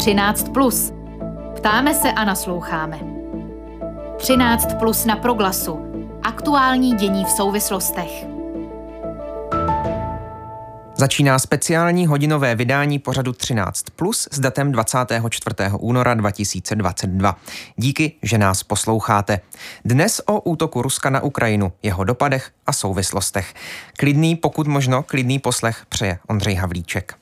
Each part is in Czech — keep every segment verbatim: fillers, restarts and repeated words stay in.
třináct plus. Ptáme se a nasloucháme. třináct plus na Proglasu. Aktuální dění v souvislostech. Začíná speciální hodinové vydání pořadu třináct plus s datem dvacátého čtvrtého února dva tisíce dvacet dva. Díky, že nás posloucháte. Dnes o útoku Ruska na Ukrajinu, jeho dopadech a souvislostech. Klidný, pokud možno klidný poslech přeje Ondřej Havlíček.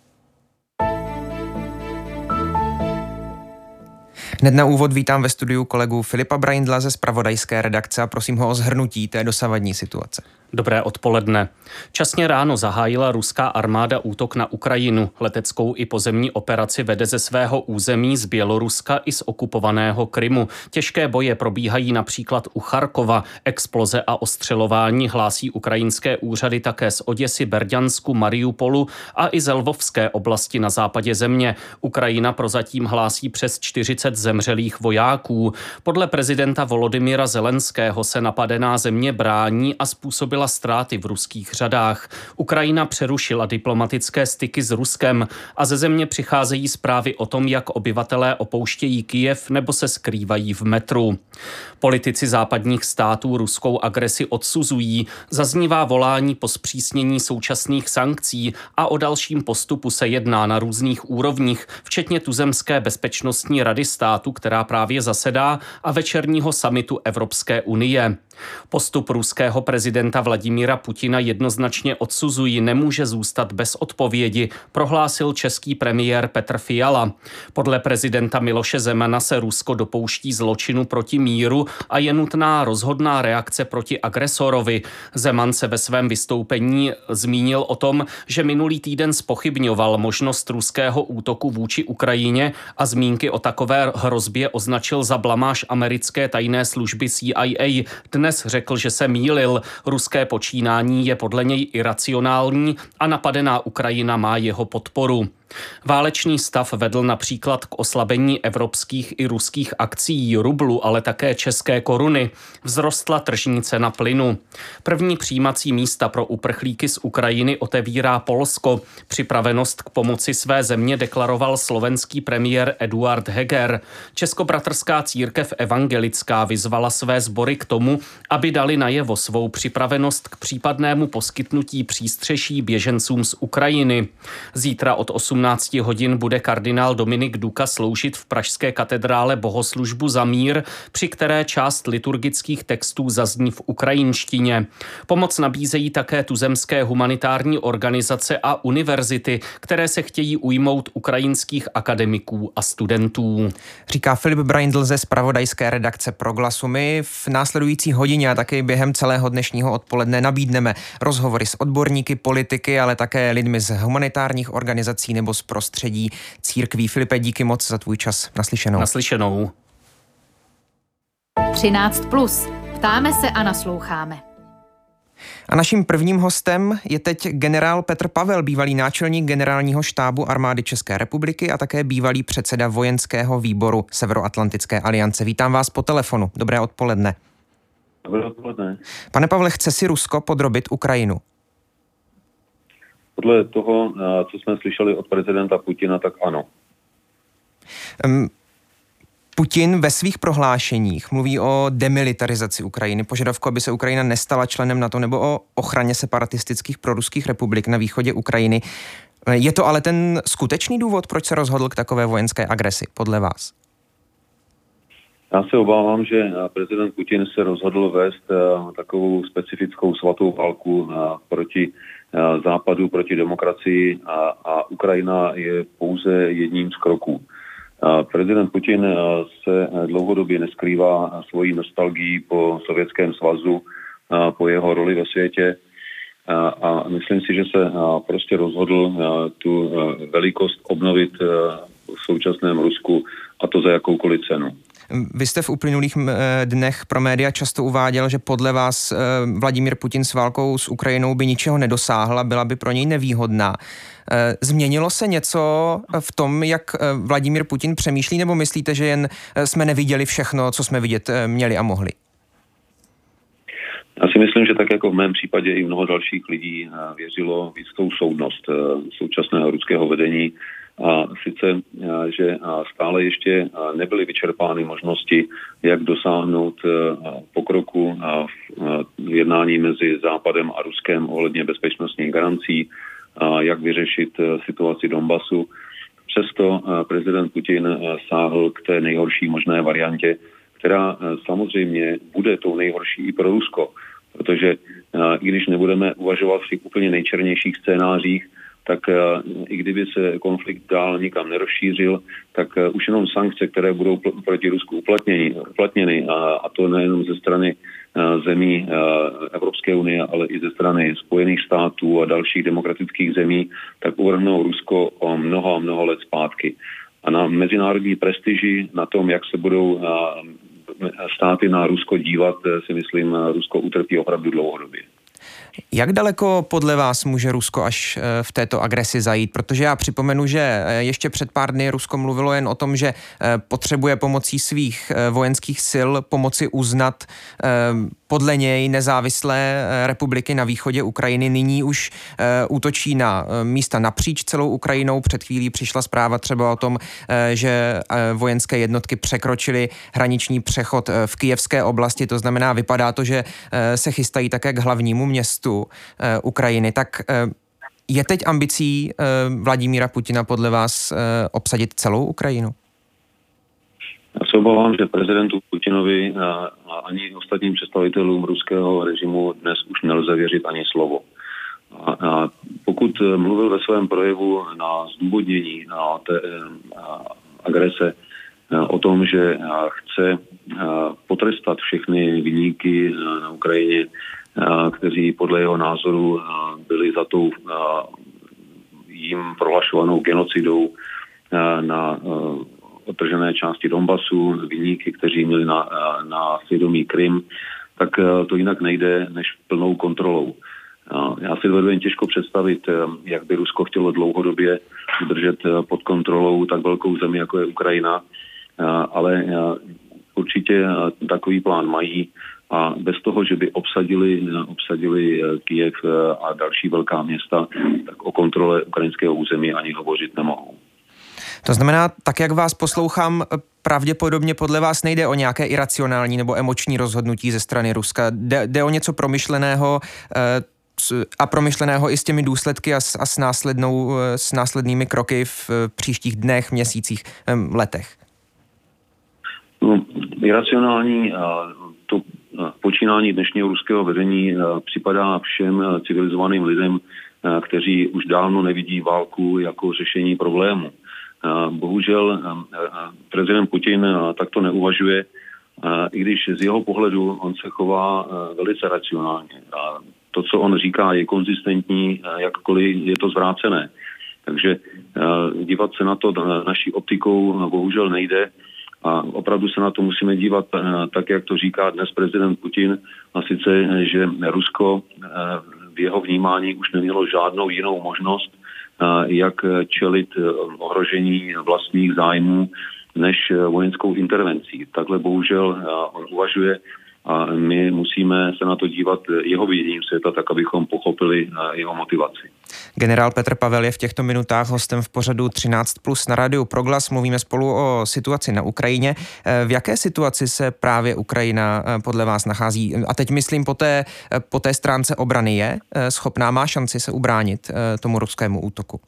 Hned na úvod vítám ve studiu kolegu Filipa Braindla ze zpravodajské redakce a prosím ho o shrnutí té dosavadní situace. Dobré odpoledne. Časně ráno zahájila ruská armáda útok na Ukrajinu. Leteckou i pozemní operaci vede ze svého území z Běloruska i z okupovaného Krymu. Těžké boje probíhají například u Charkova. Exploze a ostřelování hlásí ukrajinské úřady také z Oděsy, Berďansku, Mariupolu a i ze Lvovské oblasti na západě země. Ukrajina prozatím hlásí přes čtyřicet zemřelých vojáků. Podle prezidenta Volodymyra Zelenského se napadená země brání a způsobila ztráty v ruských řadách. Ukrajina přerušila diplomatické styky s Ruskem a ze země přicházejí zprávy o tom, jak obyvatelé opouštějí Kyjev nebo se skrývají v metru. Politici západních států ruskou agresi odsuzují, zaznívá volání po zpřísnění současných sankcí a o dalším postupu se jedná na různých úrovních, včetně tuzemské bezpečnostní rady státu, která právě zasedá, a večerního summitu Evropské unie. Postup ruského prezidenta Vladimíra Putina jednoznačně odsuzují, nemůže zůstat bez odpovědi, prohlásil český premiér Petr Fiala. Podle prezidenta Miloše Zemana se Rusko dopouští zločinu proti míru a je nutná rozhodná reakce proti agresorovi. Zeman se ve svém vystoupení zmínil o tom, že minulý týden zpochybňoval možnost ruského útoku vůči Ukrajině a zmínky o takové hrozbě označil za blamáž americké tajné služby C I A. Dnes řekl, že se mýlil. Ruské počínání je podle něj iracionální a napadená Ukrajina má jeho podporu. Válečný stav vedl například k oslabení evropských i ruských akcií rublu, ale také české koruny. Vzrostla tržní cena plynu. První přijímací místa pro uprchlíky z Ukrajiny otevírá Polsko. Připravenost k pomoci své země deklaroval slovenský premiér Eduard Heger. Českobratrská církev evangelická vyzvala své sbory k tomu, aby dali najevo svou připravenost k případnému poskytnutí přístřeší běžencům z Ukrajiny. Zítra od osmnácti hodin bude kardinál Dominik Duka sloužit v pražské katedrále bohoslužbu za mír, při které část liturgických textů zazní v ukrajinštině. Pomoc nabízejí také tuzemské humanitární organizace a univerzity, které se chtějí ujmout ukrajinských akademiků a studentů. Říká Filip Braindl ze zpravodajské redakce Proglasu. My v následující hodině a taky během celého dnešního odpoledne nabídneme rozhovory s odborníky, politiky, ale také lidmi z humanitárních organizací nebo z prostředí církví. Filipe, díky moc za tvůj čas. Naslyšenou. Naslyšenou. třináct plus. Ptáme se a nasloucháme. A naším prvním hostem je teď generál Petr Pavel, bývalý náčelník generálního štábu armády České republiky a také bývalý předseda vojenského výboru Severoatlantické aliance. Vítám vás po telefonu. Dobré odpoledne. Dobré odpoledne. Pane Pavle, chce si Rusko podrobit Ukrajinu? Podle toho, co jsme slyšeli od prezidenta Putina, tak ano. Um, Putin ve svých prohlášeních mluví o demilitarizaci Ukrajiny, požadavku, aby se Ukrajina nestala členem NATO, nebo o ochraně separatistických proruských republik na východě Ukrajiny. Je to ale ten skutečný důvod, proč se rozhodl k takové vojenské agresi, podle vás? Já se obávám, že prezident Putin se rozhodl vést takovou specifickou svatou válku proti Západu, proti demokracii a, a Ukrajina je pouze jedním z kroků. Prezident Putin se dlouhodobě neskrývá svojí nostalgii po Sovětském svazu, po jeho roli ve světě a myslím si, že se prostě rozhodl tu velikost obnovit v současném Rusku, a to za jakoukoliv cenu. Vy jste v uplynulých dnech pro média často uváděl, že podle vás Vladimír Putin s válkou s Ukrajinou by ničeho nedosáhl a byla by pro něj nevýhodná. Změnilo se něco v tom, jak Vladimír Putin přemýšlí, nebo myslíte, že jen jsme neviděli všechno, co jsme vidět měli a mohli? Já si myslím, že tak jako v mém případě i mnoho dalších lidí věřilo v jistou soudnost současného ruského vedení A sice, že stále ještě nebyly vyčerpány možnosti, jak dosáhnout pokroku v jednání mezi Západem a Ruskem ohledně bezpečnostních garancí, jak vyřešit situaci Donbasu. Přesto prezident Putin sáhl k té nejhorší možné variantě, která samozřejmě bude tou nejhorší i pro Rusko, protože i když nebudeme uvažovat v těch úplně nejčernějších scénářích, tak i kdyby se konflikt dál nikam nerozšířil, tak už jenom sankce, které budou proti Rusku uplatněny, uplatněny a, a to nejenom ze strany zemí Evropské unie, ale i ze strany Spojených států a dalších demokratických zemí, tak uvrhnou Rusko o mnoho a mnoho let zpátky. A na mezinárodní prestiži, na tom, jak se budou státy na Rusko dívat, si myslím, Rusko utrpí opravdu dlouhodobě. Jak daleko podle vás může Rusko až v této agresi zajít? Protože já připomenu, že ještě před pár dny Rusko mluvilo jen o tom, že potřebuje pomocí svých vojenských sil pomoci uznat podle něj nezávislé republiky na východě Ukrajiny. Nyní už útočí na místa napříč celou Ukrajinou. Před chvílí přišla zpráva třeba o tom, že vojenské jednotky překročily hraniční přechod v kyjevské oblasti. To znamená, vypadá to, že se chystají také k hlavnímu městu Ukrajiny. Tak je teď ambicí Vladimíra Putina podle vás obsadit celou Ukrajinu? Já se obávám, že prezidentu Putinovi a ani ostatním představitelům ruského režimu dnes už nelze věřit ani slovo. A, a pokud mluvil ve svém projevu na zdůvodnění na té a, agrese a, o tom, že a, chce a, potrestat všechny viníky a, na Ukrajině, a, kteří podle jeho názoru a, byli za tou a, jim prohlašovanou genocidou a, na a, odtržené části Donbasu, viníky, kteří měli na, na svědomí Krym, tak to jinak nejde než plnou kontrolou. Já si dovedu jen těžko představit, jak by Rusko chtělo dlouhodobě udržet pod kontrolou tak velkou zemi, jako je Ukrajina, ale určitě takový plán mají a bez toho, že by obsadili, obsadili Kyjev a další velká města, tak o kontrole ukrajinského území ani hovořit nemohou. To znamená, tak jak vás poslouchám, pravděpodobně podle vás nejde o nějaké iracionální nebo emoční rozhodnutí ze strany Ruska. Jde, jde o něco promyšleného a promyšleného i s těmi důsledky a s, a s, následnou, s následnými kroky v příštích dnech, měsících, letech. No, iracionální to počínání dnešního ruského vedení připadá všem civilizovaným lidem, kteří už dávno nevidí válku jako řešení problému. Bohužel prezident Putin takto neuvažuje, i když z jeho pohledu on se chová velice racionálně. A to, co on říká, je konzistentní, jakkoliv je to zvrácené. Takže dívat se na to naší optikou bohužel nejde a opravdu se na to musíme dívat tak, jak to říká dnes prezident Putin, a sice, že Rusko v jeho vnímání už nemělo žádnou jinou možnost, jak čelit ohrožení vlastních zájmů než vojenskou intervencí. Takhle bohužel on uvažuje a my musíme se na to dívat jeho viděním světa, tak abychom pochopili jeho motivaci. Generál Petr Pavel je v těchto minutách hostem v pořadu třináct plus na Rádiu Proglas. Mluvíme spolu o situaci na Ukrajině. V jaké situaci se právě Ukrajina podle vás nachází? A teď myslím po té, po té stránce obrany je schopná, má šanci se ubránit tomu ruskému útoku?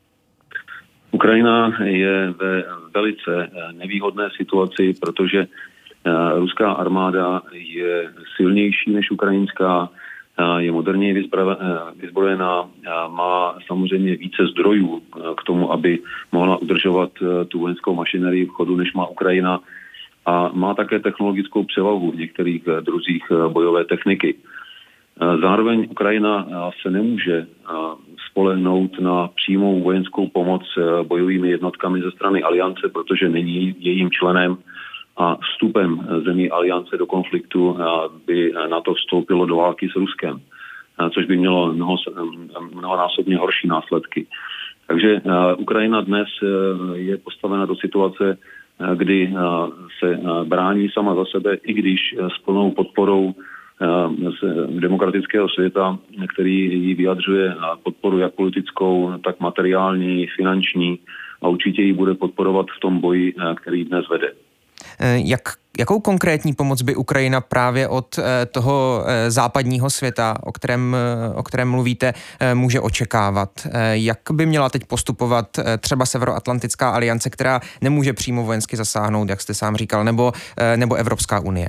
Ukrajina je ve velice nevýhodné situaci, protože ruská armáda je silnější než ukrajinská, je moderně vyzbrojená, má samozřejmě více zdrojů k tomu, aby mohla udržovat tu vojenskou mašinerii v chodu, než má Ukrajina, a má také technologickou převahu v některých druzích bojové techniky. Zároveň Ukrajina se nemůže spolehnout na přímou vojenskou pomoc bojovými jednotkami ze strany aliance, protože není jejím členem, a vstupem zemí aliance do konfliktu by na to vstoupilo do války s Ruskem, což by mělo mnoho, mnohonásobně horší následky. Takže Ukrajina dnes je postavena do situace, kdy se brání sama za sebe, i když s plnou podporou z demokratického světa, který jí vyjadřuje podporu jak politickou, tak materiální, finanční, a určitě ji bude podporovat v tom boji, který dnes vede. Jak, jakou konkrétní pomoc by Ukrajina právě od toho západního světa, o kterém, o kterém mluvíte, může očekávat? Jak by měla teď postupovat třeba Severoatlantická aliance, která nemůže přímo vojensky zasáhnout, jak jste sám říkal, nebo, nebo Evropská unie?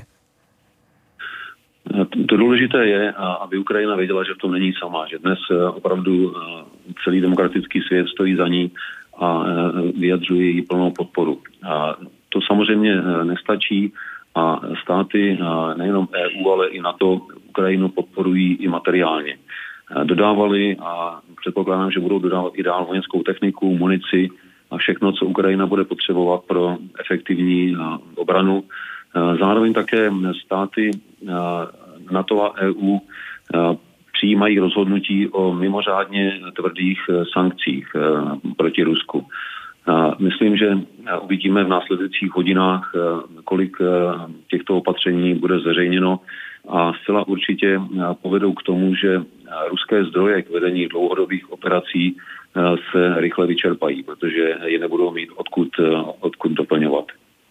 To důležité je, aby Ukrajina věděla, že v tom není sama, že dnes opravdu celý demokratický svět stojí za ní a vyjadřuje jí plnou podporu. A to samozřejmě nestačí a státy nejenom E U, ale i NATO Ukrajinu podporují i materiálně. Dodávali a předpokládám, že budou dodávat i dál vojenskou techniku, munici a všechno, co Ukrajina bude potřebovat pro efektivní obranu. Zároveň také státy NATO a E U přijímají rozhodnutí o mimořádně tvrdých sankcích proti Rusku. Myslím, že uvidíme v následujících hodinách, kolik těchto opatření bude zveřejněno a zcela určitě povedou k tomu, že ruské zdroje k vedení dlouhodobých operací se rychle vyčerpají, protože je nebudou mít odkud, odkud doplňovat.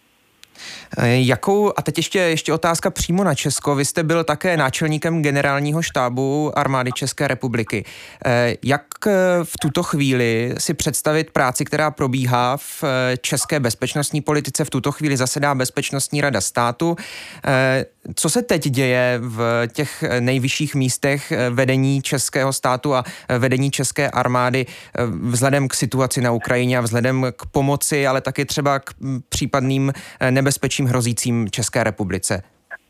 Jakou, a teď ještě, ještě otázka přímo na Česko. Vy jste byl také náčelníkem generálního štábu armády České republiky. Jak v tuto chvíli si představit práci, která probíhá v české bezpečnostní politice? V tuto chvíli zasedá Bezpečnostní rada státu. Co se teď děje v těch nejvyšších místech vedení českého státu a vedení české armády vzhledem k situaci na Ukrajině a vzhledem k pomoci, ale taky třeba k případným nebezpečím hrozícím České republice?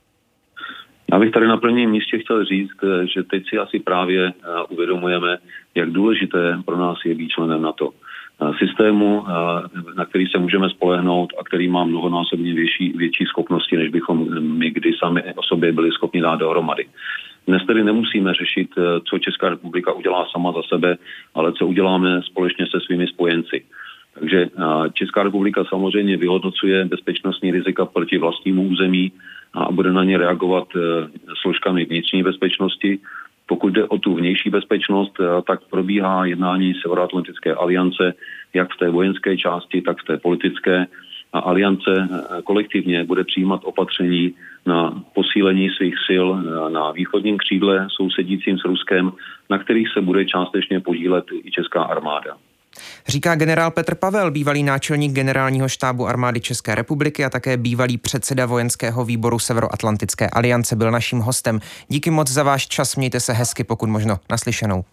Já bych tady na prvním místě chtěl říct, že teď si asi právě uvědomujeme, jak důležité pro nás je být členem NATO. Systému, na který se můžeme spolehnout a který má mnohonásobně větší, větší schopnosti, než bychom my kdy sami o sobě byli schopni dát dohromady. Dnes tedy nemusíme řešit, co Česká republika udělá sama za sebe, ale co uděláme společně se svými spojenci. Takže Česká republika samozřejmě vyhodnocuje bezpečnostní rizika proti vlastnímu území a bude na ně reagovat složkami vnitřní bezpečnosti. Pokud jde o tu vnější bezpečnost, tak probíhá jednání Severoatlantické aliance jak v té vojenské části, tak v té politické. A aliance kolektivně bude přijímat opatření na posílení svých sil na východním křídle sousedícím s Ruskem, na kterých se bude částečně podílet i česká armáda. Říká generál Petr Pavel, bývalý náčelník generálního štábu armády České republiky a také bývalý předseda vojenského výboru Severoatlantické aliance, byl naším hostem. Díky moc za váš čas, mějte se hezky, pokud možno. Naslyšenou.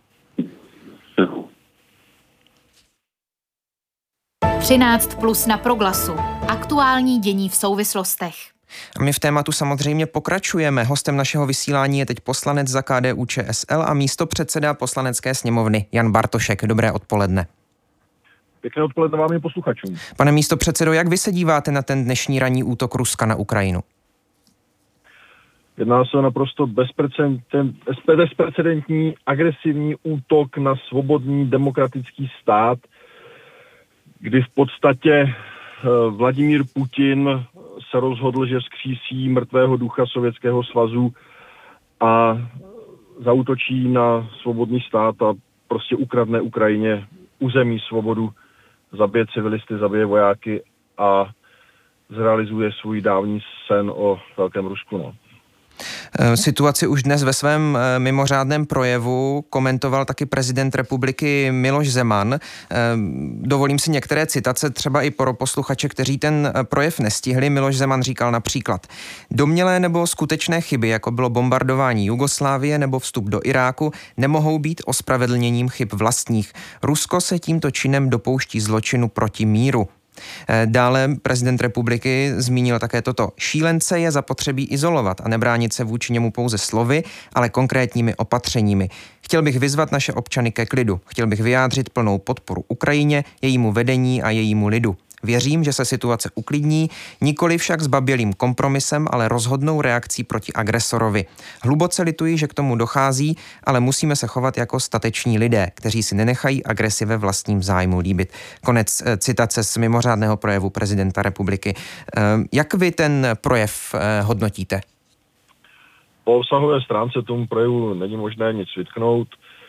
třináct plus na Proglasu. Aktuální dění v souvislostech. A my v tématu samozřejmě pokračujeme. Hostem našeho vysílání je teď poslanec za K D U Č S L a místopředseda Poslanecké sněmovny Jan Bartošek. Dobré odpoledne. Pěkné odpoledne vám i posluchačům. Pane místopředsedo, jak vy se díváte na ten dnešní ranní útok Ruska na Ukrajinu? Jedná se o naprosto bezprecedentní agresivní útok na svobodný demokratický stát, kdy v podstatě Vladimír Putin se rozhodl, že vzkřísí mrtvého ducha Sovětského svazu a zaútočí na svobodný stát a prostě ukradne Ukrajině území, svobodu, zabije civilisty, zabije vojáky a zrealizuje svůj dávný sen o velkém Rusku. No. Situaci už dnes ve svém mimořádném projevu komentoval taky prezident republiky Miloš Zeman. Dovolím si některé citace, třeba i pro posluchače, kteří ten projev nestihli. Miloš Zeman říkal například: domnělé nebo skutečné chyby, jako bylo bombardování Jugoslávie nebo vstup do Iráku, nemohou být ospravedlněním chyb vlastních. Rusko se tímto činem dopouští zločinu proti míru. Dále prezident republiky zmínil také toto. Šílence je zapotřebí izolovat a nebránit se vůči němu pouze slovy, ale konkrétními opatřeními. Chtěl bych vyzvat naše občany ke klidu. Chtěl bych vyjádřit plnou podporu Ukrajině, jejímu vedení a jejímu lidu. Věřím, že se situace uklidní, nikoli však zbabělým kompromisem, ale rozhodnou reakcí proti agresorovi. Hluboce lituji, že k tomu dochází, ale musíme se chovat jako stateční lidé, kteří si nenechají agresi ve vlastním zájmu líbit. Konec citace z mimořádného projevu prezidenta republiky. Jak vy ten projev hodnotíte? Po obsahové stránce tomu projevu není možné nic vytknout.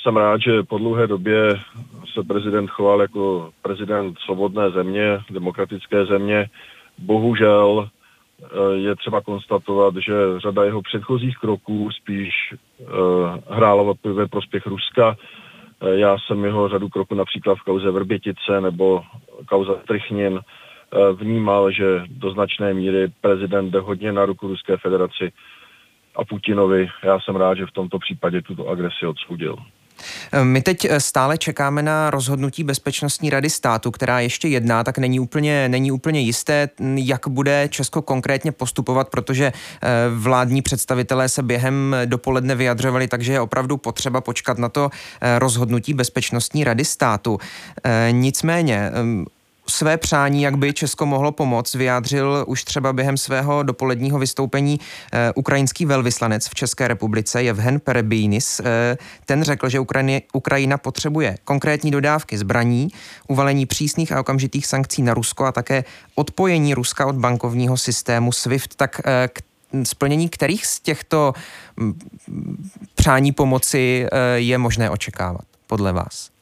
Jsem rád, že po dlouhé době se prezident choval jako prezident svobodné země, demokratické země. Bohužel je třeba konstatovat, že řada jeho předchozích kroků spíš hrála ve prospěch Ruska. Já jsem jeho řadu kroků například v kauze Vrbětice nebo kauze Trychnin vnímal, že do značné míry prezident jde hodně na ruku Ruské federaci a Putinovi. Já jsem rád, že v tomto případě tuto agresi odsoudil. My teď stále čekáme na rozhodnutí Bezpečnostní rady státu, která ještě jedná, tak není úplně, není úplně jisté, jak bude Česko konkrétně postupovat, protože vládní představitelé se během dopoledne vyjadřovali, takže je opravdu potřeba počkat na to rozhodnutí Bezpečnostní rady státu. Nicméně své přání, jak by Česko mohlo pomoct, vyjádřil už třeba během svého dopoledního vystoupení eh, ukrajinský velvyslanec v České republice Jevhen Perebijnis. Eh, ten řekl, že Ukrajina, Ukrajina potřebuje konkrétní dodávky zbraní, uvalení přísných a okamžitých sankcí na Rusko a také odpojení Ruska od bankovního systému SWIFT. Tak eh, k splnění kterých z těchto m, přání pomoci eh, je možné očekávat podle vás?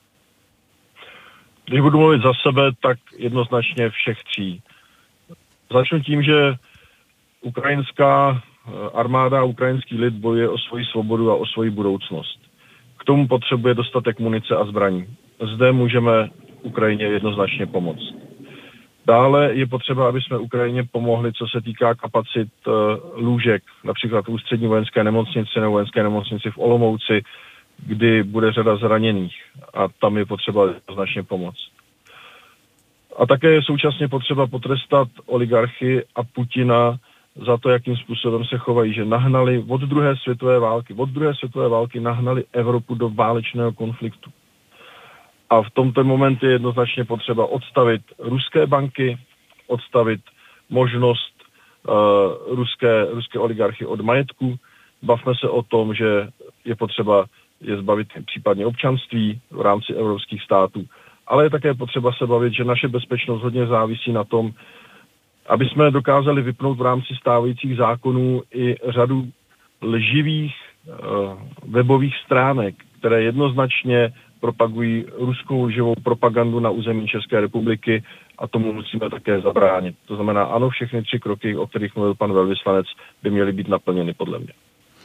Když budu mluvit za sebe, tak jednoznačně všech tří. Začnu tím, že ukrajinská armáda a ukrajinský lid bojuje o svoji svobodu a o svoji budoucnost. K tomu potřebuje dostatek munice a zbraní. Zde můžeme Ukrajině jednoznačně pomoct. Dále je potřeba, aby jsme Ukrajině pomohli, co se týká kapacit lůžek, například v ústřední vojenské nemocnici nebo vojenské nemocnici v Olomouci, kdy bude řada zraněných a tam je potřeba značně pomoct. A také je současně potřeba potrestat oligarchy a Putina za to, jakým způsobem se chovají, že nahnali od druhé světové války, od druhé světové války nahnali Evropu do válečného konfliktu. A v tomto momentě je jednoznačně potřeba odstavit ruské banky, odstavit možnost uh, ruské, ruské oligarchy od majetku. Bavme se o tom, že je potřeba je zbavit případně občanství v rámci evropských států. Ale je také potřeba se bavit, že naše bezpečnost hodně závisí na tom, aby jsme dokázali vypnout v rámci stávajících zákonů i řadu lživých uh, webových stránek, které jednoznačně propagují ruskou lživou propagandu na území České republiky a tomu musíme také zabránit. To znamená, ano, všechny tři kroky, o kterých mluvil pan velvyslanec, by měly být naplněny podle mě.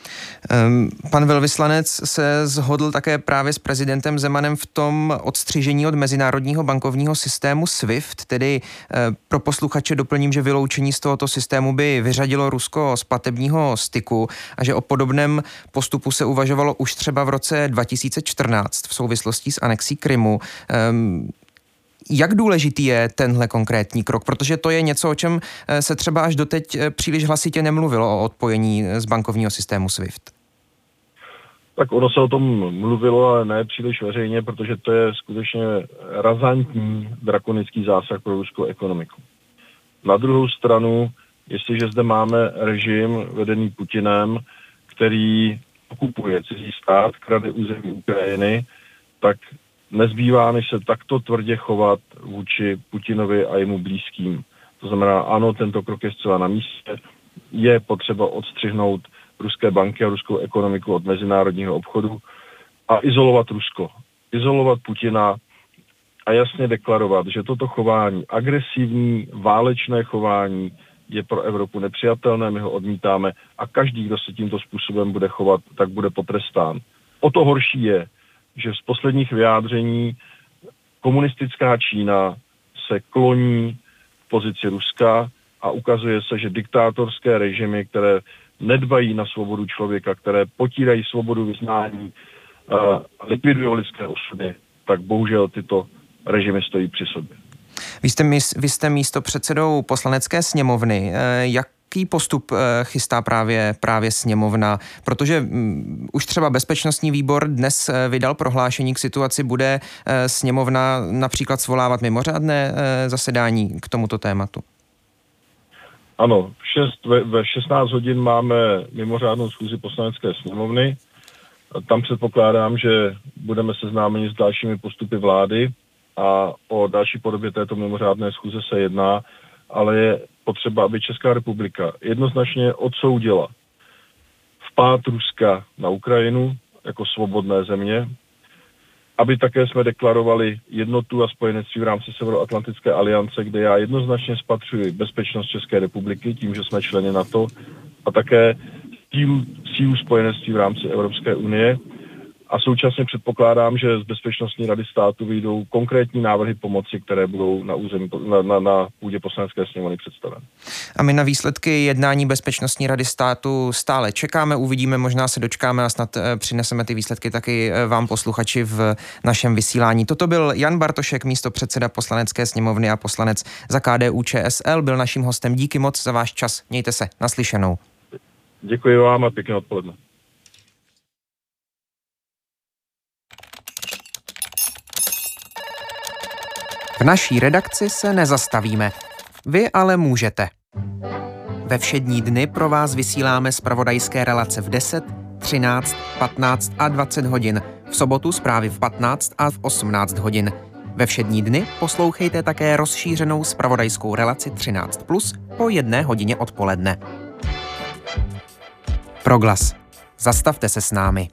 Pan velvyslanec se shodl také právě s prezidentem Zemanem v tom odstřižení od mezinárodního bankovního systému SWIFT, tedy pro posluchače doplním, že vyloučení z tohoto systému by vyřadilo Rusko z platebního styku a že o podobném postupu se uvažovalo už třeba v roce dva tisíce čtrnáct v souvislosti s anexí Krymu. Jak důležitý je tenhle konkrétní krok? Protože to je něco, o čem se třeba až doteď příliš hlasitě nemluvilo, o odpojení z bankovního systému SWIFT. Tak ono se o tom mluvilo, ale ne příliš veřejně, protože to je skutečně razantní drakonický zásah pro ruskou ekonomiku. Na druhou stranu, jestliže zde máme režim vedený Putinem, který okupuje cizí stát, krade území Ukrajiny, tak nezbývá, než se takto tvrdě chovat vůči Putinovi a jemu blízkým. To znamená, ano, tento krok je zcela na místě, je potřeba odstřihnout ruské banky a ruskou ekonomiku od mezinárodního obchodu a izolovat Rusko. Izolovat Putina a jasně deklarovat, že toto chování, agresivní, válečné chování je pro Evropu nepřijatelné, my ho odmítáme a každý, kdo se tímto způsobem bude chovat, tak bude potrestán. O to horší je, že z posledních vyjádření komunistická Čína se kloní v pozici Ruska a ukazuje se, že diktátorské režimy, které nedbají na svobodu člověka, které potírají svobodu vyznání, likvidují lidské osudy, tak bohužel tyto režimy stojí při sobě. Vy jste, vy jste místo předsedou Poslanecké sněmovny. Jak Jaký postup chystá právě, právě sněmovna? Protože um, už třeba bezpečnostní výbor dnes vydal prohlášení k situaci. Bude uh, sněmovna například svolávat mimořádné uh, zasedání k tomuto tématu? Ano, v šest, ve, ve šestnáct hodin máme mimořádnou schůzi Poslanecké sněmovny. Tam předpokládám, že budeme seznámeni s dalšími postupy vlády a o další podobě této mimořádné schůze se jedná, ale je potřeba, aby Česká republika jednoznačně odsoudila vpád Ruska na Ukrajinu jako svobodné země, aby také jsme deklarovali jednotu a spojenectví v rámci Severoatlantické aliance, kde já jednoznačně spatřuji bezpečnost České republiky tím, že jsme členy NATO, a také sílu, sílu spojenectví v rámci Evropské unie. A současně předpokládám, že z Bezpečnostní rady státu vyjdou konkrétní návrhy pomoci, které budou na, území, na, na, na půdě Poslanecké sněmovny představeny. A my na výsledky jednání Bezpečnostní rady státu stále čekáme, uvidíme, možná se dočkáme a snad přineseme ty výsledky taky vám posluchači v našem vysílání. Toto byl Jan Bartošek, místopředseda Poslanecké sněmovny a poslanec za K D U Č S L. Byl naším hostem. Díky moc za váš čas. Mějte se. Naslyšenou. Děkuji vám a pěkné odpoledne. V naší redakci se nezastavíme. Vy ale můžete. Ve všední dny pro vás vysíláme zpravodajské relace v deset, třináct, patnáct a dvacet hodin. V sobotu zprávy v patnáct a v osmnáct hodin. Ve všední dny poslouchejte také rozšířenou zpravodajskou relaci třináct plus po jedné hodině odpoledne. Proglas. Zastavte se s námi.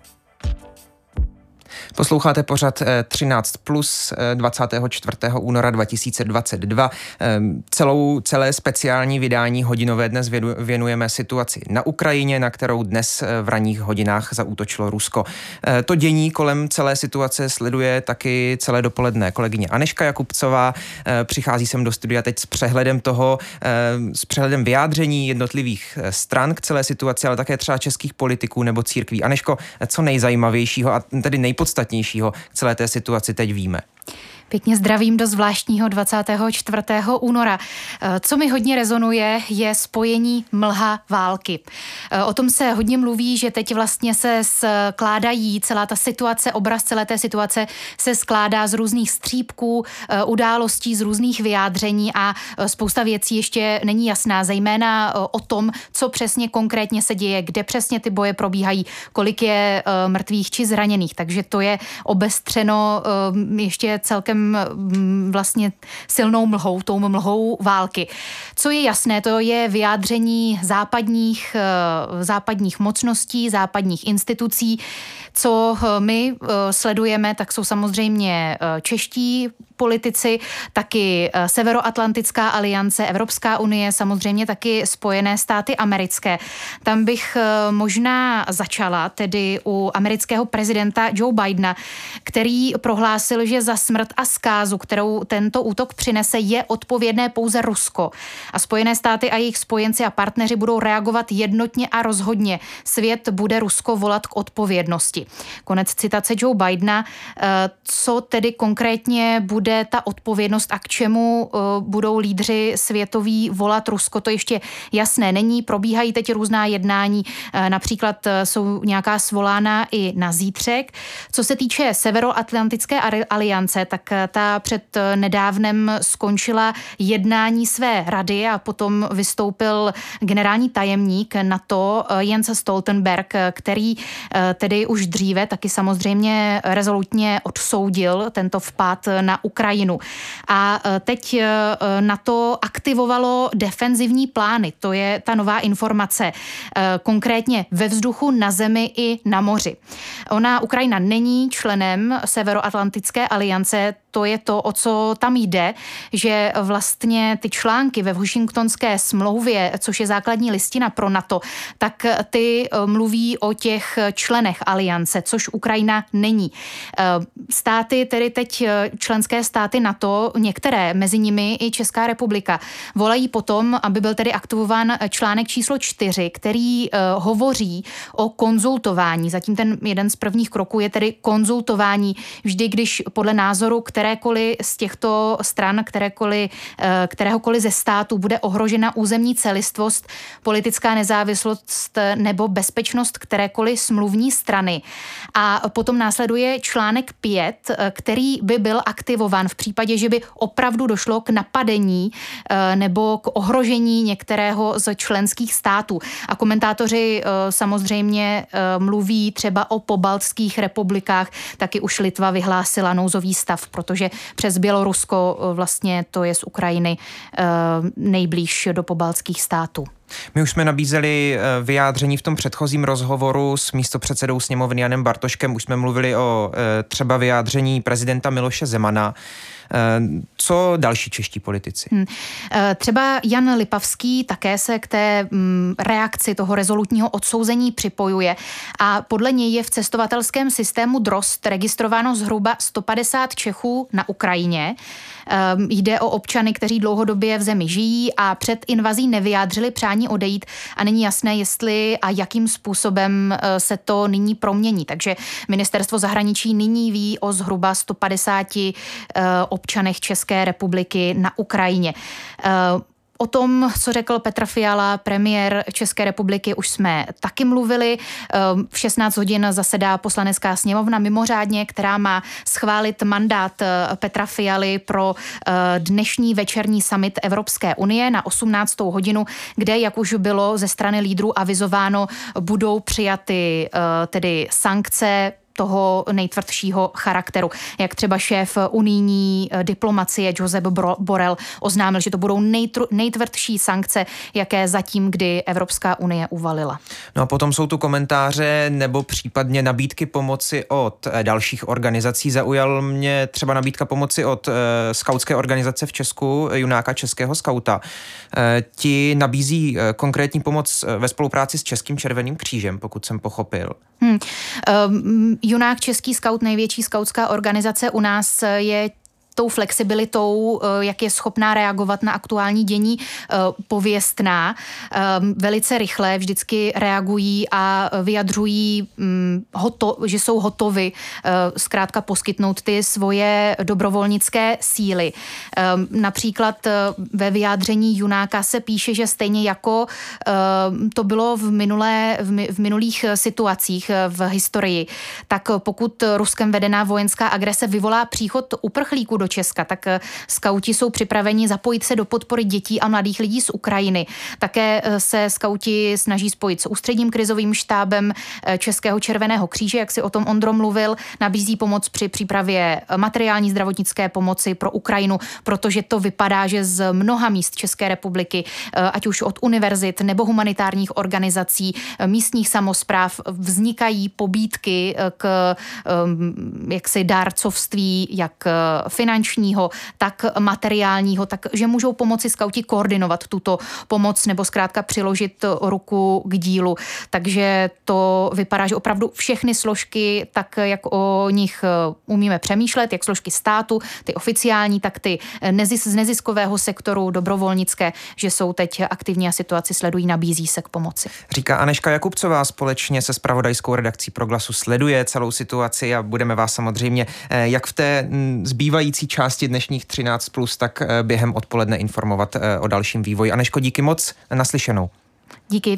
Posloucháte pořad třináct plus dvacátého čtvrtého února dva tisíce dvacet dva. Celou, celé speciální vydání hodinové dnes věnujeme situaci na Ukrajině, na kterou dnes v ranních hodinách zaútočilo Rusko. To dění kolem celé situace sleduje taky celé dopoledne kolegyně Anežka Jakubcová. Přichází sem do studia teď s přehledem toho, s přehledem vyjádření jednotlivých stran k celé situaci, ale také třeba českých politiků nebo církví. Anežko, co nejzajímavějšího a tedy nejpodstatnějšího k celé té situaci teď víme? Pěkně zdravím do zvláštního dvacátého čtvrtého února. Co mi hodně rezonuje, je spojení mlha války. O tom se hodně mluví, že teď vlastně se skládají celá ta situace, obraz celé té situace se skládá z různých střípků, událostí, z různých vyjádření a spousta věcí ještě není jasná, zejména o tom, co přesně konkrétně se děje, kde přesně ty boje probíhají, kolik je mrtvých či zraněných. Takže to je obestřeno ještě celkem vlastně silnou mlhou, tou mlhou války. Co je jasné, to je vyjádření západních, západních mocností, západních institucí. Co my sledujeme, tak jsou samozřejmě čeští politici, taky Severoatlantická aliance, Evropská unie, samozřejmě taky Spojené státy americké. Tam bych možná začala tedy u amerického prezidenta Joe Bidena, který prohlásil, že za smrt a zkázu, kterou tento útok přinese, je odpovědné pouze Rusko. A Spojené státy a jejich spojenci a partneři budou reagovat jednotně a rozhodně. Svět bude Rusko volat k odpovědnosti. Konec citace Joe Bidena. Co tedy konkrétně bude ta odpovědnost a k čemu budou lídři světoví volat Rusko, to ještě jasné není. Probíhají teď různá jednání, například jsou nějaká svolána i na zítřek. Co se týče Severoatlantické aliance, tak ta před nedávnem skončila jednání své rady a potom vystoupil generální tajemník NATO Jens Stoltenberg, který tedy už dříve taky samozřejmě rezolutně odsoudil tento vpád na Ukrajinu. A teď NATO aktivovalo defenzivní plány, to je ta nová informace, konkrétně ve vzduchu, na zemi i na moři. Ona, Ukrajina, není členem Severoatlantické aliance, to je to, o co tam jde, že vlastně ty články ve Washingtonské smlouvě, což je základní listina pro NATO, tak ty mluví o těch členech aliance, což Ukrajina není. Státy, tedy teď členské státy NATO, některé, mezi nimi i Česká republika, volají potom, aby byl tedy aktivován článek číslo čtyři, který hovoří o konzultování. Zatím ten jeden z prvních kroků je tedy konzultování vždy, když podle názoru, které kterékoliv z těchto stran, kterékoliv, kteréhokoliv ze států bude ohrožena územní celistvost, politická nezávislost nebo bezpečnost kterékoliv smluvní strany. A potom následuje článek pět, který by byl aktivován v případě, že by opravdu došlo k napadení nebo k ohrožení některého z členských států. A komentátoři samozřejmě mluví třeba o pobaltských republikách, taky už Litva vyhlásila nouzový stav, protože přes Bělorusko vlastně to je z Ukrajiny nejblíž do pobaltských států. My už jsme nabízeli vyjádření v tom předchozím rozhovoru s místopředsedou sněmovny Janem Bartoškem, už jsme mluvili o třeba vyjádření prezidenta Miloše Zemana. Co další čeští politici? Hmm. Třeba Jan Lipavský také se k té reakci toho rezolutního odsouzení připojuje a podle něj je v cestovatelském systému Drozd registrováno zhruba sto padesát Čechů na Ukrajině. Jde o občany, kteří dlouhodobě v zemi žijí a před invazí nevyjádřili přání odejít a není jasné, jestli a jakým způsobem se to nyní promění. Takže ministerstvo zahraničí nyní ví o zhruba sto padesáti občanech České republiky na Ukrajině. O tom, co řekl Petr Fiala, premiér České republiky, už jsme taky mluvili. V šestnáct hodin zasedá Poslanecká sněmovna mimořádně, která má schválit mandát Petra Fialy pro dnešní večerní summit Evropské unie na osmnáctou hodinu, kde, jak už bylo ze strany lídrů avizováno, budou přijaty tedy sankce toho nejtvrdšího charakteru. Jak třeba šéf unijní diplomacie Josep Borrell oznámil, že to budou nejtr- nejtvrdší sankce, jaké zatím kdy Evropská unie uvalila. No a potom jsou tu komentáře nebo případně nabídky pomoci od dalších organizací. Zaujal mě třeba nabídka pomoci od uh, skautské organizace v Česku, Junáka Českého skauta. Uh, ti nabízí uh, konkrétní pomoc uh, ve spolupráci s Českým červeným křížem, pokud jsem pochopil. Hmm. Um, Junák Český skaut, největší skautská organizace u nás, je tou flexibilitou, jak je schopná reagovat na aktuální dění, pověstná. Velice rychle vždycky reagují a vyjadřují, že jsou hotovi zkrátka poskytnout ty svoje dobrovolnické síly. Například ve vyjádření Junáka se píše, že stejně jako to bylo v, minulé, v minulých situacích v historii, tak pokud Ruskem vedená vojenská agrese vyvolá příchod uprchlíků do Česka, tak skauti jsou připraveni zapojit se do podpory dětí a mladých lidí z Ukrajiny. Také se skauti snaží spojit s ústředním krizovým štábem Českého červeného kříže, jak si o tom Ondro mluvil, nabízí pomoc při přípravě materiální zdravotnické pomoci pro Ukrajinu, protože to vypadá, že z mnoha míst České republiky, ať už od univerzit nebo humanitárních organizací, místních samospráv, vznikají pobídky k jaksi dárcovství, jak finančního, tak materiálního, takže můžou pomoci skauti koordinovat tuto pomoc nebo zkrátka přiložit ruku k dílu. Takže to vypadá, že opravdu všechny složky, tak jak o nich umíme přemýšlet, jak složky státu, ty oficiální, tak ty nezis, z neziskového sektoru, dobrovolnické, že jsou teď aktivní a situaci sledují, nabízí se k pomoci. Říká Anežka Jakubcová, společně se zpravodajskou redakcí Proglasu sleduje celou situaci a budeme vás samozřejmě jak v té zbývající části dnešních třináct plus, tak během odpoledne informovat o dalším vývoji. Anežko, díky moc, naslyšenou. Díky.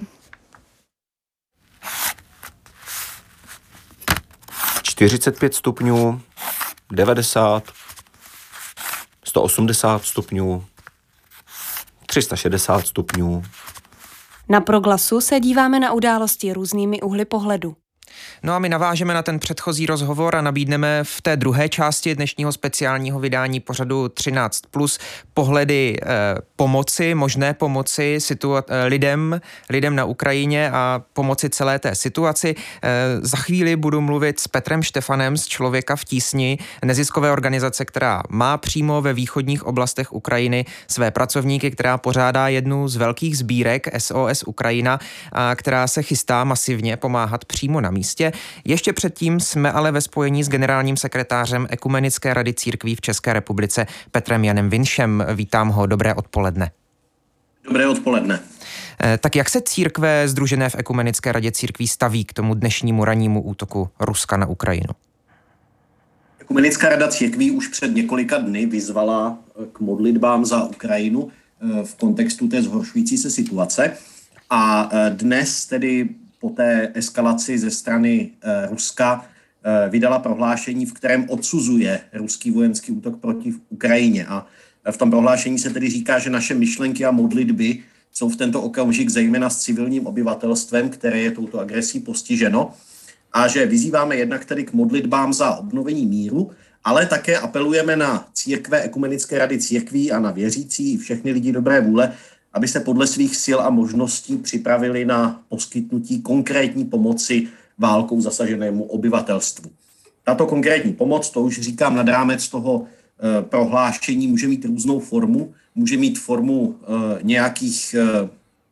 čtyřicet pět stupňů, devadesát, sto osmdesát stupňů, tři sta šedesát stupňů. Na Proglasu se díváme na události různými úhly pohledu. No a my navážeme na ten předchozí rozhovor a nabídneme v té druhé části dnešního speciálního vydání pořadu třináct plus pohledy eh, pomoci, možné pomoci situa- eh, lidem, lidem na Ukrajině a pomoci celé té situaci. Eh, za chvíli budu mluvit s Petrem Štefanem z Člověka v tísni, neziskové organizace, která má přímo ve východních oblastech Ukrajiny své pracovníky, která pořádá jednu z velkých sbírek S O S Ukrajina, a která se chystá masivně pomáhat přímo na místě. Ještě předtím jsme ale ve spojení s generálním sekretářem Ekumenické rady církví v České republice Petrem Janem Vinšem. Vítám ho, dobré odpoledne. Dobré odpoledne. Tak jak se církve sdružené v Ekumenické radě církví staví k tomu dnešnímu rannímu útoku Ruska na Ukrajinu? Ekumenická rada církví už před několika dny vyzvala k modlitbám za Ukrajinu v kontextu té zhoršující se situace a dnes tedy po té eskalaci ze strany e, Ruska e, vydala prohlášení, v kterém odsuzuje ruský vojenský útok proti Ukrajině. A v tom prohlášení se tedy říká, že naše myšlenky a modlitby jsou v tento okamžik zejména s civilním obyvatelstvem, které je touto agresí postiženo, a že vyzýváme jednak tedy k modlitbám za obnovení míru, ale také apelujeme na církve, Ekumenické rady církví a na věřící i všechny lidi dobré vůle, aby se podle svých sil a možností připravili na poskytnutí konkrétní pomoci válkou zasaženému obyvatelstvu. Tato konkrétní pomoc, to už říkám nad rámec toho e, prohlášení, může mít různou formu. Může mít formu e, nějakých e,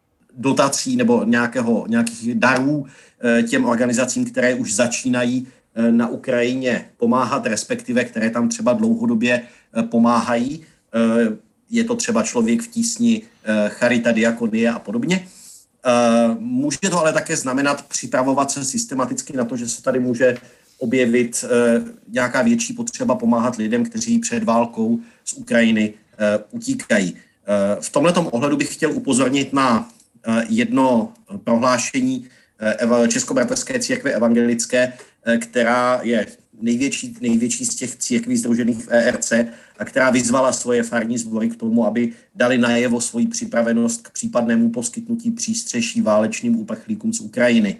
dotací nebo nějakého, nějakých darů e, těm organizacím, které už začínají e, na Ukrajině pomáhat, respektive které tam třeba dlouhodobě e, pomáhají. E, je to třeba Člověk v tísni, e, Charita, Diakonie a podobně. E, může to ale také znamenat připravovat se systematicky na to, že se tady může objevit e, nějaká větší potřeba pomáhat lidem, kteří před válkou z Ukrajiny e, utíkají. E, v tomhletom ohledu bych chtěl upozornit na e, jedno prohlášení e, Českobratrské církve evangelické, e, která je největší, největší z těch církví sdružených v E R C a která vyzvala svoje farní sbory k tomu, aby dali najevo svoji připravenost k případnému poskytnutí přístřeší válečným uprchlíkům z Ukrajiny.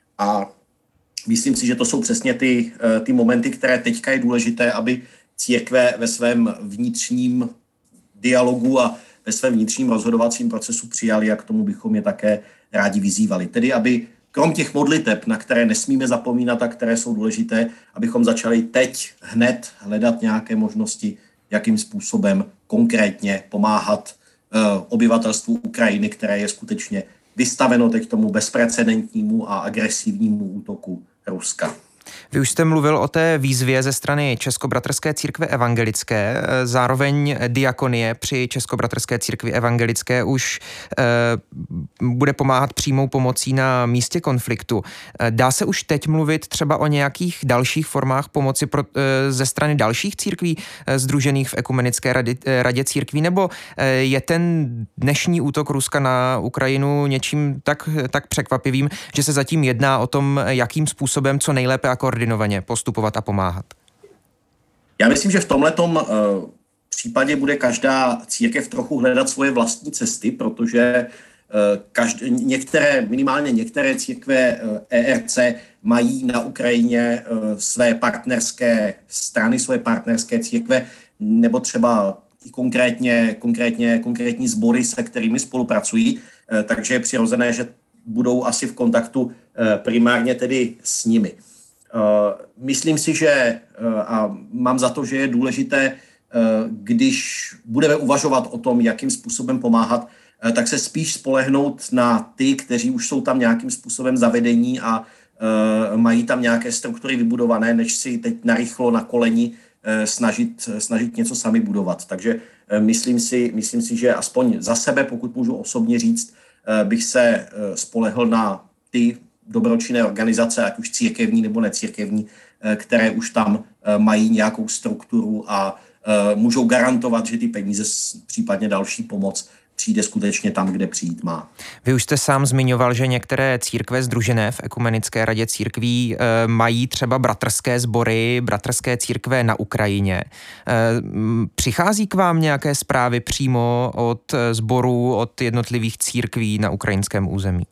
A myslím si, že to jsou přesně ty, ty momenty, které teďka je důležité, aby církve ve svém vnitřním dialogu a ve svém vnitřním rozhodovacím procesu přijali a k tomu bychom je také rádi vyzývali. Tedy, aby krom těch modliteb, na které nesmíme zapomínat a které jsou důležité, abychom začali teď hned hledat nějaké možnosti, jakým způsobem konkrétně pomáhat uh, obyvatelstvu Ukrajiny, které je skutečně vystaveno teď tomu bezprecedentnímu a agresivnímu útoku Ruska. Vy už jste mluvil o té výzvě ze strany Českobratrské církve evangelické, zároveň Diakonie při Českobratrské církvi evangelické už e, bude pomáhat přímou pomocí na místě konfliktu. Dá se už teď mluvit třeba o nějakých dalších formách pomoci pro, e, ze strany dalších církví e, sdružených v Ekumenické radě, e, radě církví, nebo e, je ten dnešní útok Ruska na Ukrajinu něčím tak, tak překvapivým, že se zatím jedná o tom, jakým způsobem co nejlépe a koordinovaně postupovat a pomáhat? Já myslím, že v tomhletom uh, případě bude každá církev trochu hledat svoje vlastní cesty, protože uh, každé, některé, minimálně některé církve uh, E R C mají na Ukrajině uh, své partnerské strany, své partnerské církve, nebo třeba i konkrétně, konkrétně, konkrétní sbory, se kterými spolupracují, uh, takže je přirozené, že budou asi v kontaktu uh, primárně tedy s nimi. Uh, myslím si, že uh, a mám za to, že je důležité, uh, když budeme uvažovat o tom, jakým způsobem pomáhat, uh, tak se spíš spolehnout na ty, kteří už jsou tam nějakým způsobem zavedení a uh, mají tam nějaké struktury vybudované, než si teď narychlo na koleni uh, snažit, snažit něco sami budovat. Takže uh, myslím si, myslím si, že aspoň za sebe, pokud můžu osobně říct, uh, bych se uh, spolehl na ty dobročinné organizace, ať už církevní nebo necírkevní, které už tam mají nějakou strukturu a můžou garantovat, že ty peníze, případně další pomoc, přijde skutečně tam, kde přijít má. Vy už jste sám zmiňoval, že některé církve sdružené v Ekumenické radě církví e, mají třeba bratrské sbory, bratrské církve na Ukrajině. E, přichází k vám nějaké zprávy přímo od sborů, od jednotlivých církví na ukrajinském území?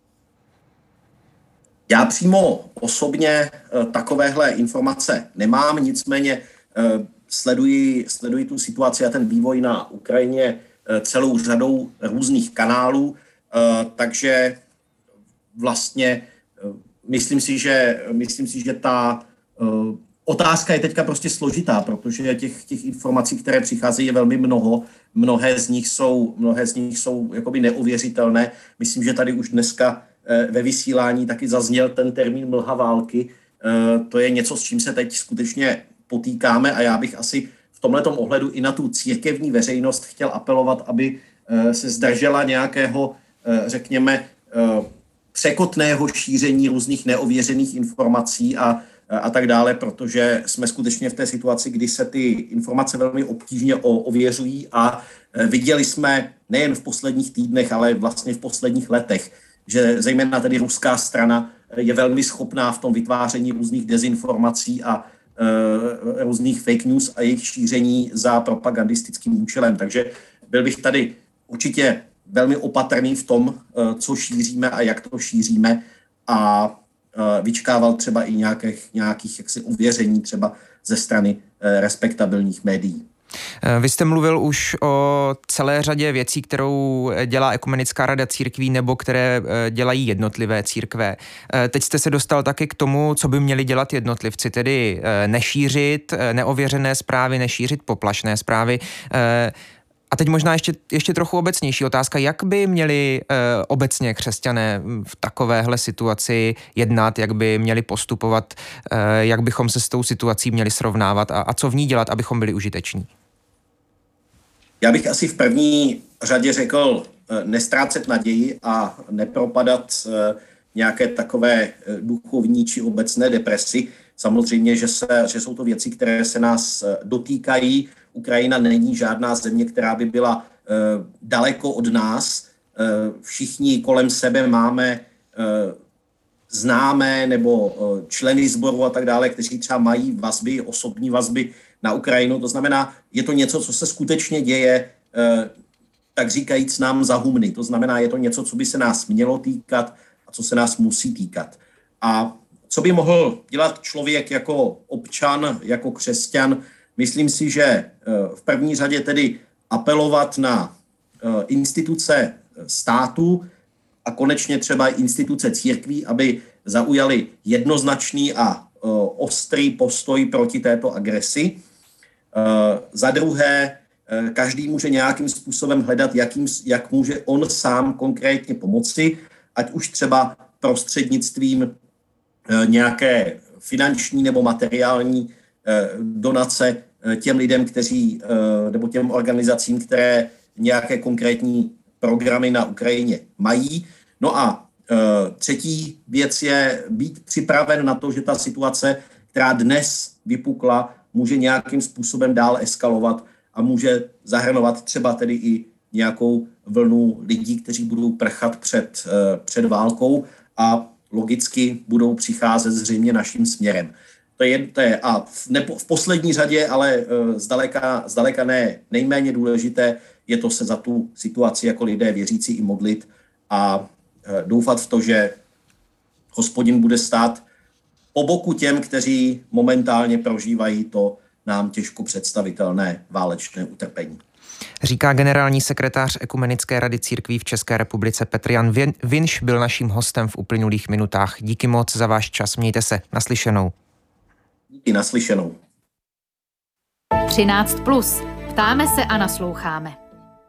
Já přímo osobně takovéhle informace nemám, nicméně sleduji, sleduji tu situaci a ten vývoj na Ukrajině celou řadou různých kanálů, takže vlastně myslím si, že, myslím si, že ta otázka je teďka prostě složitá, protože těch, těch informací, které přicházejí, je velmi mnoho. Mnohé z nich jsou, mnohé z nich jsou jakoby neuvěřitelné. Myslím, že tady už dneska ve vysílání taky zazněl ten termín mlha války. To je něco, s čím se teď skutečně potýkáme a já bych asi v tomhletom ohledu i na tu církevní veřejnost chtěl apelovat, aby se zdržela nějakého, řekněme, překotného šíření různých neověřených informací a, a tak dále, protože jsme skutečně v té situaci, kdy se ty informace velmi obtížně ověřují a viděli jsme nejen v posledních týdnech, ale vlastně v posledních letech, že zejména tedy ruská strana je velmi schopná v tom vytváření různých dezinformací a e, různých fake news a jejich šíření za propagandistickým účelem. Takže byl bych tady určitě velmi opatrný v tom, e, co šíříme a jak to šíříme a e, vyčkával třeba i nějakých, nějakých jaksi ověření třeba ze strany e, respektabilních médií. Vy jste mluvil už o celé řadě věcí, kterou dělá Ekumenická rada církví nebo které dělají jednotlivé církve. Teď jste se dostal taky k tomu, co by měli dělat jednotlivci, tedy nešířit neověřené zprávy, nešířit poplašné zprávy. A teď možná ještě, ještě trochu obecnější otázka, jak by měli e, obecně křesťané v takovéhle situaci jednat, jak by měli postupovat, e, jak bychom se s tou situací měli srovnávat a, a co v ní dělat, abychom byli užiteční? Já bych asi v první řadě řekl nestrácet naději a nepropadat nějaké takové duchovní či obecné depresi. Samozřejmě, že, se, že jsou to věci, které se nás dotýkají. Ukrajina není žádná země, která by byla e, daleko od nás. E, všichni kolem sebe máme e, známé nebo e, členy sboru a tak dále, kteří třeba mají vazby, osobní vazby na Ukrajinu. To znamená, je to něco, co se skutečně děje, e, tak říkajíc nám za humny. To znamená, je to něco, co by se nás mělo týkat a co se nás musí týkat. A co by mohl dělat člověk jako občan, jako křesťan? Myslím si, že v první řadě tedy apelovat na instituce státu a konečně třeba instituce církví, aby zaujali jednoznačný a ostrý postoj proti této agresi. Za druhé, každý může nějakým způsobem hledat, jakým, jak může on sám konkrétně pomoci, ať už třeba prostřednictvím nějaké finanční nebo materiální donace těm lidem, kteří, nebo těm organizacím, které nějaké konkrétní programy na Ukrajině mají. No a třetí věc je být připraven na to, že ta situace, která dnes vypukla, může nějakým způsobem dál eskalovat a může zahrnovat třeba tedy i nějakou vlnu lidí, kteří budou prchat před, před válkou a logicky budou přicházet zřejmě naším směrem. To je, to je a v, nepo, v poslední řadě, ale uh, zdaleka, zdaleka ne nejméně důležité, je to se za tu situaci jako lidé věřící i modlit a uh, doufat v to, že Hospodin bude stát po boku těm, kteří momentálně prožívají to nám těžko představitelné válečné utrpení. Říká generální sekretář Ekumenické rady církví v České republice Petr Jan Vinš, byl naším hostem v uplynulých minutách. Díky moc za váš čas, mějte se, naslyšenou. Díky, naslyšenou. třináct plus. Ptáme se a nasloucháme.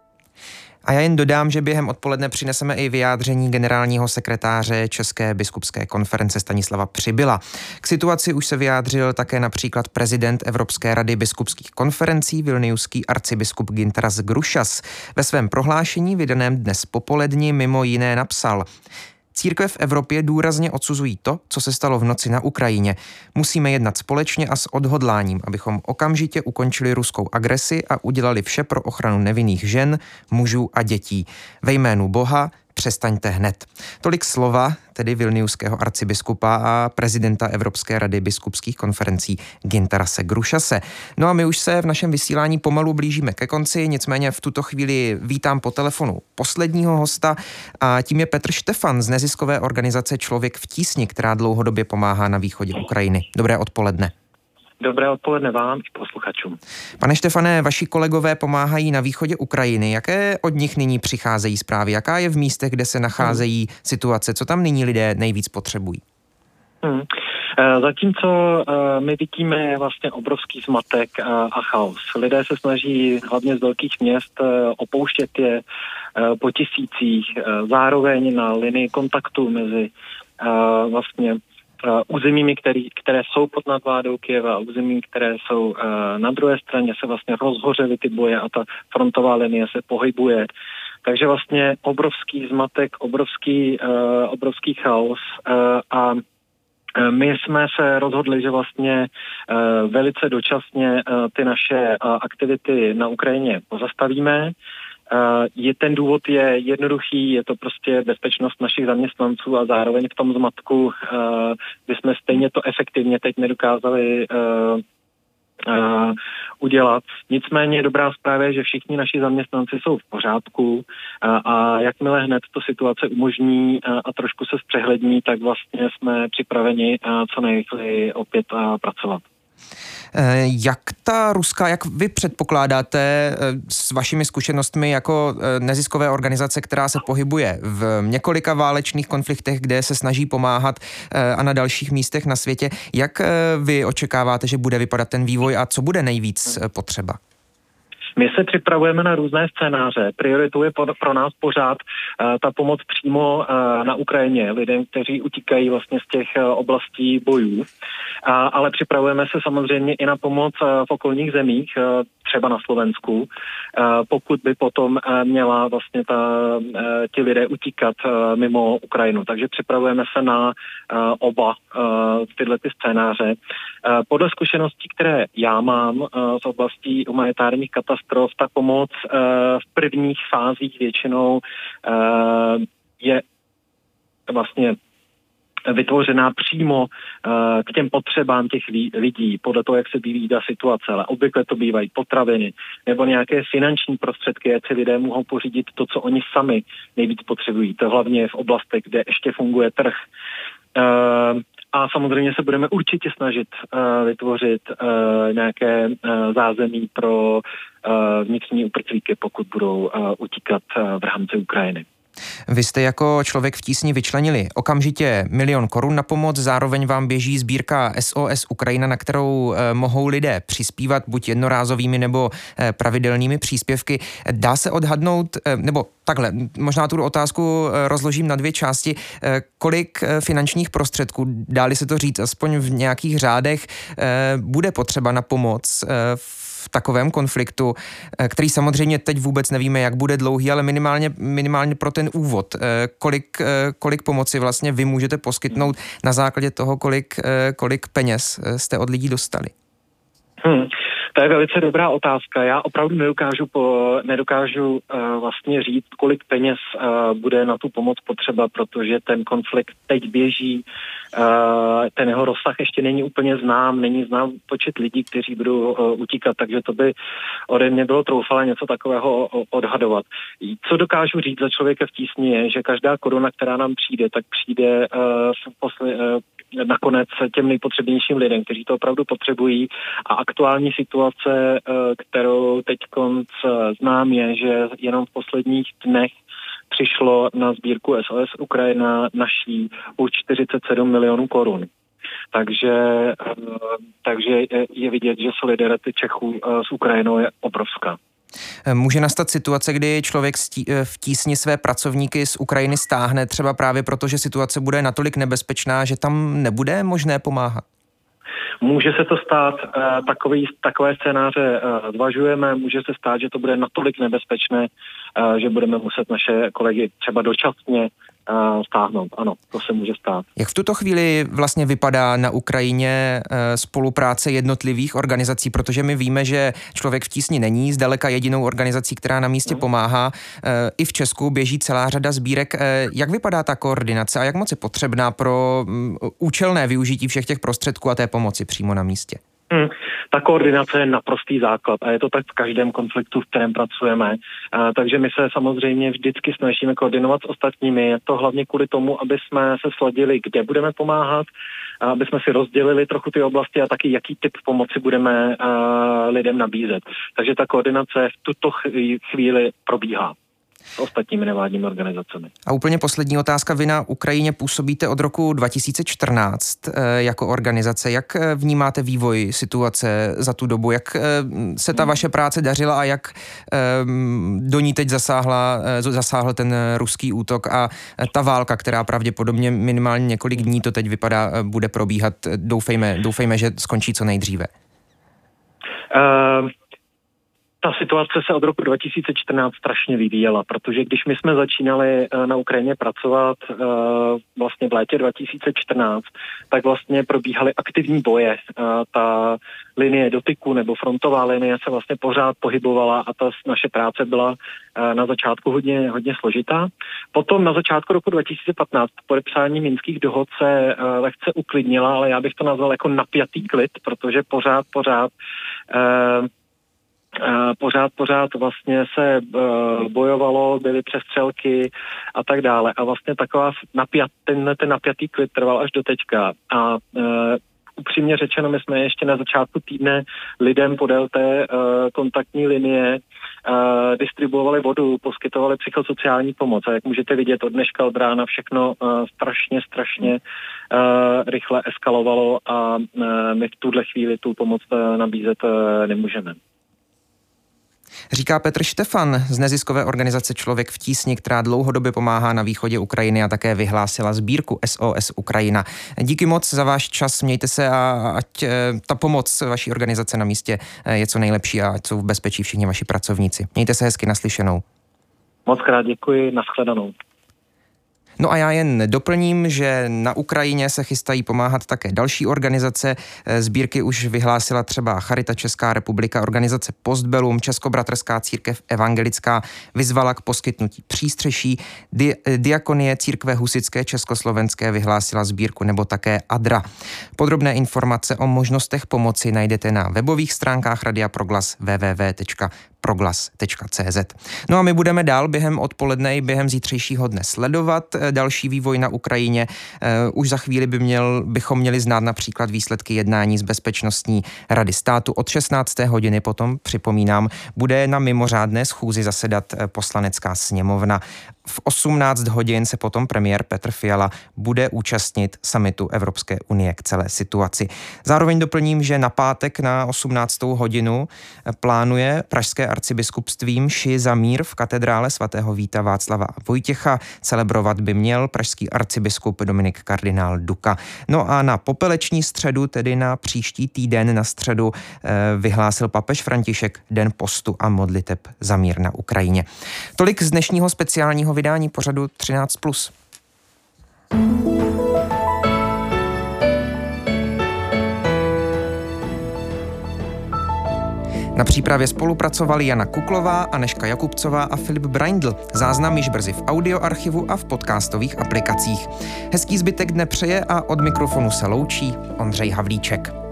A já jen dodám, že během odpoledne přineseme i vyjádření generálního sekretáře České biskupské konference Stanislava Přibyla. K situaci už se vyjádřil také například prezident Evropské rady biskupských konferencí, vilniuský arcibiskup Gintaras Grušas. Ve svém prohlášení vydaném dnes popoledni mimo jiné napsal: Církve v Evropě důrazně odsuzují to, co se stalo v noci na Ukrajině. Musíme jednat společně a s odhodláním, abychom okamžitě ukončili ruskou agresi a udělali vše pro ochranu nevinných žen, mužů a dětí. Ve jménu Boha přestaňte hned. Tolik slova tedy vilniuského arcibiskupa a prezidenta Evropské rady biskupských konferencí Gintarase Grušase. No a my už se v našem vysílání pomalu blížíme ke konci, nicméně v tuto chvíli vítám po telefonu posledního hosta a tím je Petr Štefan z neziskové organizace Člověk v tísni, která dlouhodobě pomáhá na východě Ukrajiny. Dobré odpoledne. Dobré odpoledne vám i posluchačům. Pane Štefane, vaši kolegové pomáhají na východě Ukrajiny. Jaké od nich nyní přicházejí zprávy? Jaká je v místech, kde se nacházejí hmm. situace? Co tam nyní lidé nejvíc potřebují? Hmm. Zatímco my vidíme vlastně obrovský zmatek a chaos. Lidé se snaží hlavně z velkých měst opouštět je po tisících, zároveň na linii kontaktu mezi vlastně územími, který, které jsou pod nadvládou Kyjeva a území, které jsou uh, na druhé straně, se vlastně rozhořely ty boje a ta frontová linie se pohybuje. Takže vlastně obrovský zmatek, obrovský, uh, obrovský chaos uh, a my jsme se rozhodli, že vlastně uh, velice dočasně uh, ty naše uh, aktivity na Ukrajině pozastavíme. Je, ten důvod je jednoduchý, je to prostě bezpečnost našich zaměstnanců a zároveň v tom zmatku by jsme stejně to efektivně teď nedokázali uh, uh, udělat. Nicméně dobrá zpráva je, že všichni naši zaměstnanci jsou v pořádku uh, a jakmile hned to situace umožní uh, a trošku se zpřehlední, tak vlastně jsme připraveni uh, co nejrychleji opět uh, pracovat. Jak ta ruská, jak vy předpokládáte s vašimi zkušenostmi jako neziskové organizace, která se pohybuje v několika válečných konfliktech, kde se snaží pomáhat a na dalších místech na světě, jak vy očekáváte, že bude vypadat ten vývoj a co bude nejvíc potřeba? My se připravujeme na různé scénáře. Prioritou je pro nás pořád uh, ta pomoc přímo uh, na Ukrajině, lidem, kteří utíkají vlastně z těch uh, oblastí bojů. Uh, ale připravujeme se samozřejmě i na pomoc uh, v okolních zemích, uh, třeba na Slovensku, uh, pokud by potom uh, měla vlastně ta, uh, ti lidé utíkat uh, mimo Ukrajinu. Takže připravujeme se na uh, oba uh, tyhle ty scénáře. Uh, podle zkušeností, které já mám uh, z oblastí humanitárních katastrof, ta pomoc uh, v prvních fázích většinou uh, je vlastně vytvořená přímo uh, k těm potřebám těch lidí, podle toho, jak se vyvíjí ta situace, ale obvykle to bývají potraviny nebo nějaké finanční prostředky, jak si lidé mohou pořídit to, co oni sami nejvíc potřebují. To hlavně v oblastech, kde ještě funguje trh. Uh, A samozřejmě se budeme určitě snažit uh, vytvořit uh, nějaké uh, zázemí pro uh, vnitřní uprchlíky, pokud budou uh, utíkat uh, v rámci Ukrajiny. Vy jste jako Člověk v tísni vyčlenili okamžitě milion korun na pomoc, zároveň vám běží sbírka S O S Ukrajina, na kterou eh, mohou lidé přispívat buď jednorázovými nebo eh, pravidelnými příspěvky. Dá se odhadnout, eh, nebo takhle, možná tu otázku eh, rozložím na dvě části, eh, kolik eh, finančních prostředků, dá-li se to říct aspoň v nějakých řádech, eh, bude potřeba na pomoc eh, v takovém konfliktu, který samozřejmě teď vůbec nevíme, jak bude dlouhý, ale minimálně, minimálně pro ten úvod. Kolik, kolik pomoci vlastně vy můžete poskytnout na základě toho, kolik, kolik peněz jste od lidí dostali? Hmm. To je velice dobrá otázka. Já opravdu nedokážu, po, nedokážu uh, vlastně říct, kolik peněz uh, bude na tu pomoc potřeba, protože ten konflikt teď běží, uh, ten jeho rozsah ještě není úplně znám, není znám počet lidí, kteří budou uh, utíkat, takže to by ode mě bylo troufale něco takového odhadovat. Co dokážu říct za Člověka v tísni je, že každá koruna, která nám přijde, tak přijde uh, posle, uh, nakonec těm nejpotřebnějším lidem, kteří to opravdu potřebují, a aktuální situace, kterou teď konc znám, je, že jenom v posledních dnech přišlo na sbírku S O S Ukrajina naší už čtyřicet sedm milionů korun. Takže, takže je vidět, že solidarita Čechů s Ukrajinou je obrovská. Může nastat situace, kdy Člověk v tísni své pracovníky z Ukrajiny stáhne, třeba právě proto, že situace bude natolik nebezpečná, že tam nebude možné pomáhat? Může se to stát, takový, takové scénáře zvažujeme, může se stát, že to bude natolik nebezpečné, že budeme muset naše kolegy třeba dočasně stáhnout. Ano, to se může stát. Jak v tuto chvíli vlastně vypadá na Ukrajině spolupráce jednotlivých organizací, protože my víme, že Člověk v tísni není zdaleka jedinou organizací, která na místě hmm. pomáhá. I v Česku běží celá řada sbírek. Jak vypadá ta koordinace a jak moc je potřebná pro účelné využití všech těch prostředků a té pomoci přímo na místě? Hmm. Ta koordinace je naprostý základ a je to tak v každém konfliktu, v kterém pracujeme. A, takže my se samozřejmě vždycky snažíme koordinovat s ostatními. Je to hlavně kvůli tomu, aby jsme se sladili, kde budeme pomáhat, a aby jsme si rozdělili trochu ty oblasti a taky, jaký typ pomoci budeme a, lidem nabízet. Takže ta koordinace v tuto chvíli probíhá s ostatními nevládními organizacemi. A úplně poslední otázka. Vy na Ukrajině působíte od roku dva tisíce čtrnáct e, jako organizace. Jak vnímáte vývoj situace za tu dobu? Jak e, se ta vaše práce dařila a jak e, do ní teď zasáhla, e, zasáhl ten ruský útok a ta válka, která pravděpodobně minimálně několik dní to teď vypadá, bude probíhat. Doufejme, doufejme, že skončí co nejdříve. Uh... Ta situace se od roku dva tisíce čtrnáct strašně vyvíjela, protože když my jsme začínali na Ukrajině pracovat vlastně v létě dva tisíce čtrnáct, tak vlastně probíhaly aktivní boje. Ta linie dotyku nebo frontová linie se vlastně pořád pohybovala a ta naše práce byla na začátku hodně, hodně složitá. Potom na začátku roku dva tisíce patnáct podepsání minských dohod se lehce uklidnila, ale já bych to nazval jako napjatý klid, protože pořád, pořád Uh, pořád, pořád vlastně se uh, bojovalo, byly přestřelky a tak dále. A vlastně taková napjat, ten, ten napjatý klid trval až do teďka. A uh, upřímně řečeno, my jsme ještě na začátku týdne lidem podél té uh, kontaktní linie uh, distribuovali vodu, poskytovali psychosociální pomoc. A jak můžete vidět, od dneška od rána všechno uh, strašně, strašně uh, rychle eskalovalo a uh, my v tuhle chvíli tu pomoc uh, nabízet uh, nemůžeme. Říká Petr Štefan z neziskové organizace Člověk v tísni, která dlouhodobě pomáhá na východě Ukrajiny a také vyhlásila sbírku S O S Ukrajina. Díky moc za váš čas, mějte se a ať ta pomoc vaší organizace na místě je co nejlepší a ať jsou v bezpečí všichni vaši pracovníci. Mějte se hezky, naslyšenou. Moc krát děkuji, nashledanou. No a já jen doplním, že na Ukrajině se chystají pomáhat také další organizace. Sbírky už vyhlásila třeba Charita Česká republika, organizace Postbellum, Českobratrská církev evangelická vyzvala k poskytnutí přístřeší, Di- Diakonie církve husitské československé vyhlásila sbírku, nebo také Adra. Podrobné informace o možnostech pomoci najdete na webových stránkách Radia Proglas w w w tečka proglas tečka c z. No a my budeme dál během odpoledne i během zítřejšího dne sledovat další vývoj na Ukrajině. Už za chvíli by měl, bychom měli znát například výsledky jednání z Bezpečnostní rady státu. Od šestnácté hodiny potom, připomínám, bude na mimořádné schůzi zasedat Poslanecká sněmovna. V osmnáct hodin se potom premiér Petr Fiala bude účastnit summitu Evropské unie k celé situaci. Zároveň doplním, že na pátek na osmnáctou hodinu plánuje pražské arcibiskupství mši za mír v katedrále svatého Víta Václava Vojtěcha. Celebrovat by měl pražský arcibiskup Dominik kardinál Duka. No a na popeleční středu, tedy na příští týden na středu, vyhlásil papež František Den postu a modliteb za mír na Ukrajině. Tolik z dnešního speciálního vydání pořadu třináct plus. Na přípravě spolupracovali Jana Kuklová, Anežka Jakubcová a Filip Braindl. Záznam již brzy v audioarchivu a v podcastových aplikacích. Hezký zbytek dne přeje a od mikrofonu se loučí Ondřej Havlíček.